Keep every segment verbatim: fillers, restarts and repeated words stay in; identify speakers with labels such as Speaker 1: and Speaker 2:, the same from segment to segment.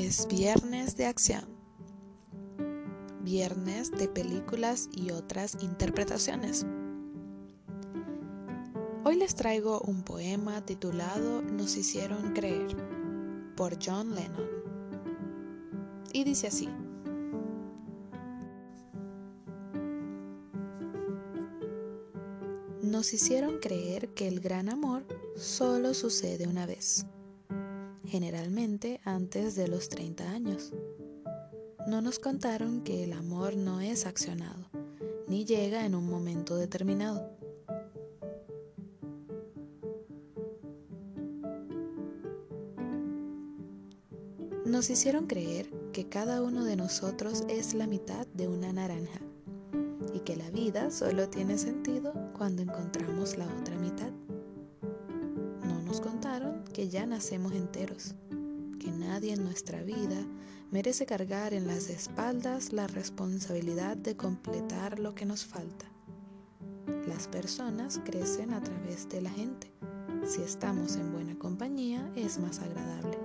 Speaker 1: es viernes de acción, viernes de películas y otras interpretaciones. Hoy les traigo un poema titulado Nos hicieron creer, por John Lennon. Y dice así: Nos hicieron creer que el gran amor solo sucede una vez, generalmente antes de los treinta años. No nos contaron que el amor no es accionado, ni llega en un momento determinado. Nos hicieron creer que cada uno de nosotros es la mitad de una naranja y que la vida solo tiene sentido cuando encontramos la otra mitad. No nos contaron que ya nacemos enteros, que nadie en nuestra vida merece cargar en las espaldas la responsabilidad de completar lo que nos falta. Las personas crecen a través de la gente. Si estamos en buena compañía, es más agradable.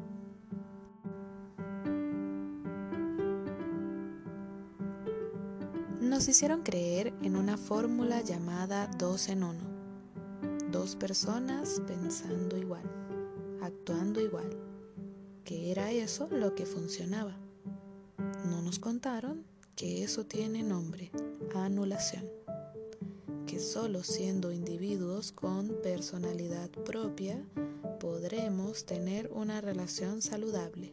Speaker 1: Nos hicieron creer en una fórmula llamada dos en uno. Dos personas pensando igual, actuando igual, que era eso lo que funcionaba. No nos contaron que eso tiene nombre, anulación, que solo siendo individuos con personalidad propia podremos tener una relación saludable.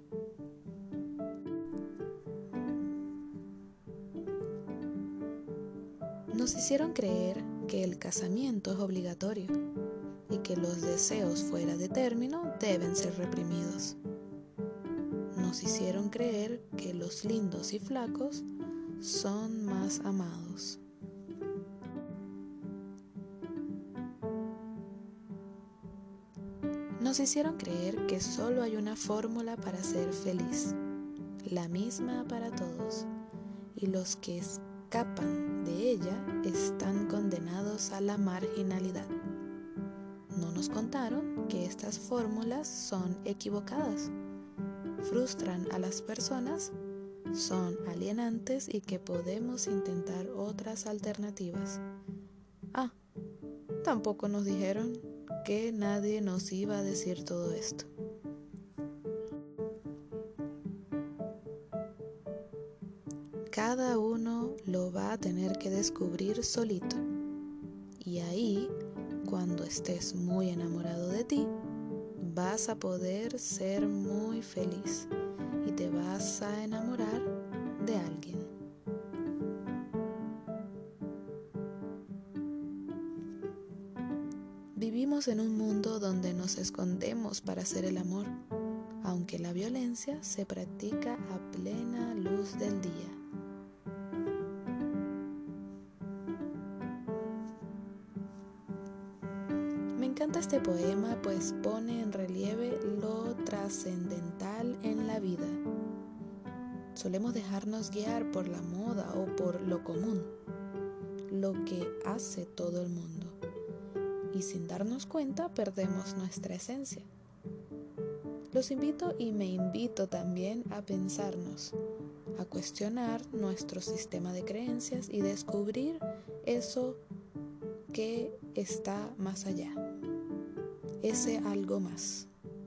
Speaker 1: Nos hicieron creer que el casamiento es obligatorio y que los deseos fuera de término deben ser reprimidos. Nos hicieron creer que los lindos y flacos son más amados. Nos hicieron creer que solo hay una fórmula para ser feliz, la misma para todos, y los que escapan de ella están condenados a la marginalidad. No nos contaron que estas fórmulas son equivocadas, frustran a las personas, son alienantes y que podemos intentar otras alternativas. Ah, tampoco nos dijeron que nadie nos iba a decir todo esto. Cada uno lo va a tener que descubrir solito. Y ahí, cuando estés muy enamorado de ti, vas a poder ser muy feliz y te vas a enamorar de alguien. Vivimos en un mundo donde nos escondemos para hacer el amor, aunque la violencia se practica a plena luz del día. Me encanta este poema pues pone en relieve lo trascendental en la vida. Solemos dejarnos guiar por la moda o por lo común, lo que hace todo el mundo, y sin darnos cuenta perdemos nuestra esencia. Los invito y me invito también a pensarnos, a cuestionar nuestro sistema de creencias y descubrir eso que está más allá, ese algo más,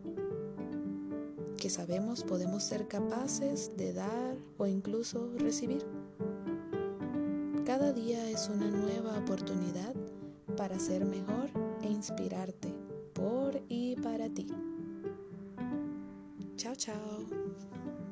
Speaker 1: que sabemos podemos ser capaces de dar o incluso recibir. Cada día es una nueva oportunidad para ser mejor e inspirarte por y para ti. Chao, chao.